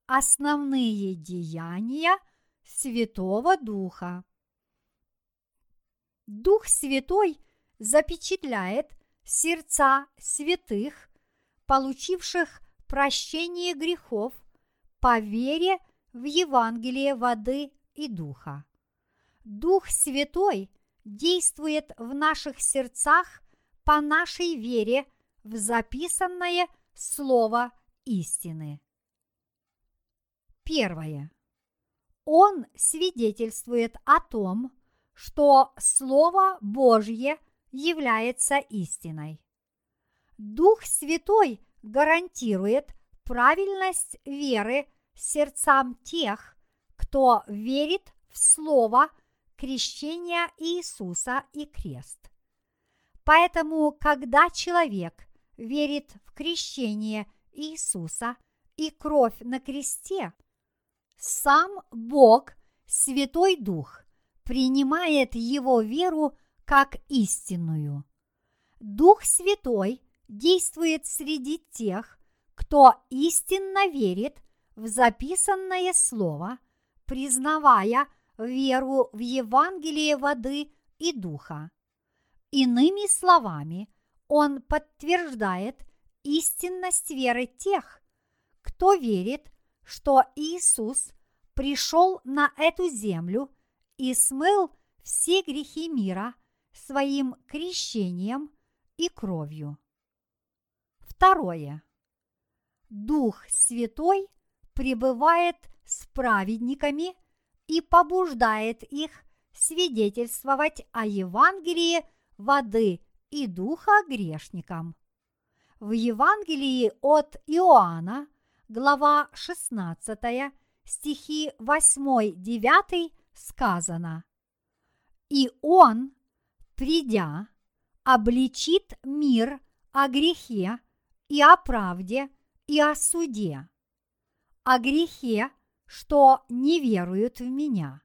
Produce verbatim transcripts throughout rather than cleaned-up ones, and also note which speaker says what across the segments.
Speaker 1: основные деяния Святого Духа. Дух Святой запечатляет сердца святых, получивших прощение грехов по вере в Евангелие воды и духа. Дух Святой действует в наших сердцах по нашей вере в записанное слово истины. Первое. Он свидетельствует о том, что Слово Божье является истиной. Дух Святой гарантирует правильность веры сердцам тех, кто верит в Слово крещения Иисуса и крест. Поэтому, когда человек верит в крещение Иисуса и кровь на кресте, сам Бог, Святой Дух, принимает его веру как истинную. Дух Святой действует среди тех, кто истинно верит в записанное слово, признавая веру в Евангелие воды и духа. Иными словами, он подтверждает истинность веры тех, кто верит, что Иисус пришел на эту землю и смыл все грехи мира своим крещением и кровью. Второе. Дух Святой пребывает с праведниками и побуждает их свидетельствовать о Евангелии воды и духа грешникам. В Евангелии от Иоанна, глава шестнадцатая, стихи восьмой-девятый сказано: «И Он, придя, обличит мир о грехе и о правде и о суде, о грехе, что не веруют в Меня».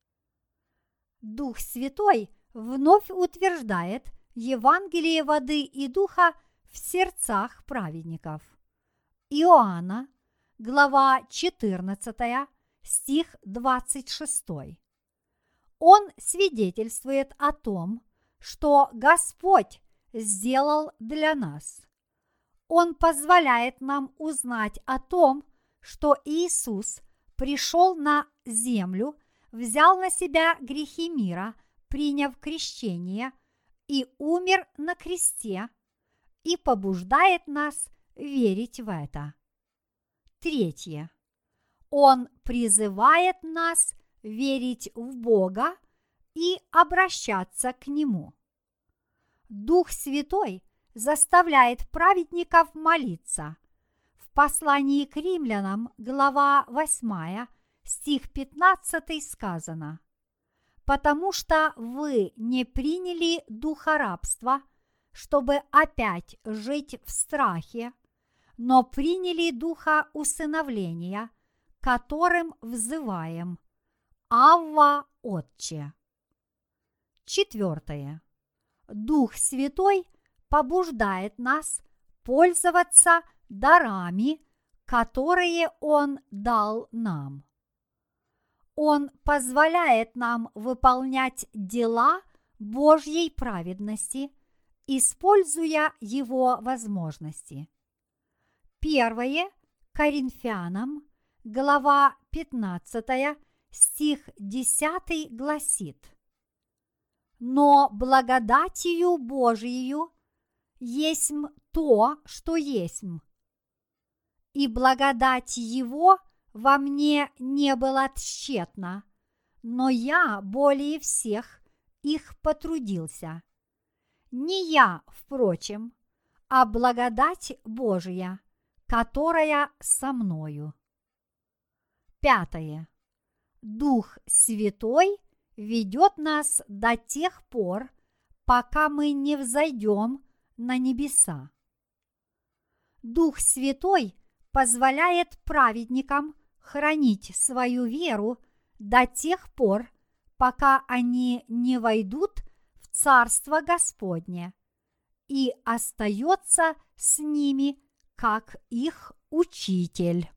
Speaker 1: Дух Святой вновь утверждает Евангелие воды и духа в сердцах праведников. Иоанна, глава четырнадцатая, стих двадцать шестой. Он свидетельствует о том, что Господь сделал для нас. Он позволяет нам узнать о том, что Иисус пришел на землю, взял на себя грехи мира, приняв крещение, и умер на кресте, и побуждает нас верить в это. Третье. Он призывает нас верить в Бога и обращаться к Нему. Дух Святой заставляет праведников молиться. В послании к римлянам, глава восьмая, стих пятнадцатый сказано: «Потому что вы не приняли духа рабства, чтобы опять жить в страхе, но приняли духа усыновления, которым взываем: Авва, Отче». Четвертое. Дух Святой побуждает нас пользоваться дарами, которые Он дал нам. Он позволяет нам выполнять дела Божьей праведности, используя Его возможности. Первое Коринфянам, глава пятнадцатая, стих десятый гласит: «Но благодатью Божией есмь то, что есмь, и благодать Его во мне не была тщетна, но я более всех их потрудился. Не я, впрочем, а благодать Божия, которая со мною». Пятое. Дух Святой ведет нас до тех пор, пока мы не взойдем на небеса. Дух Святой позволяет праведникам хранить свою веру до тех пор, пока они не войдут в Царство Господне, и остается с ними как их учитель.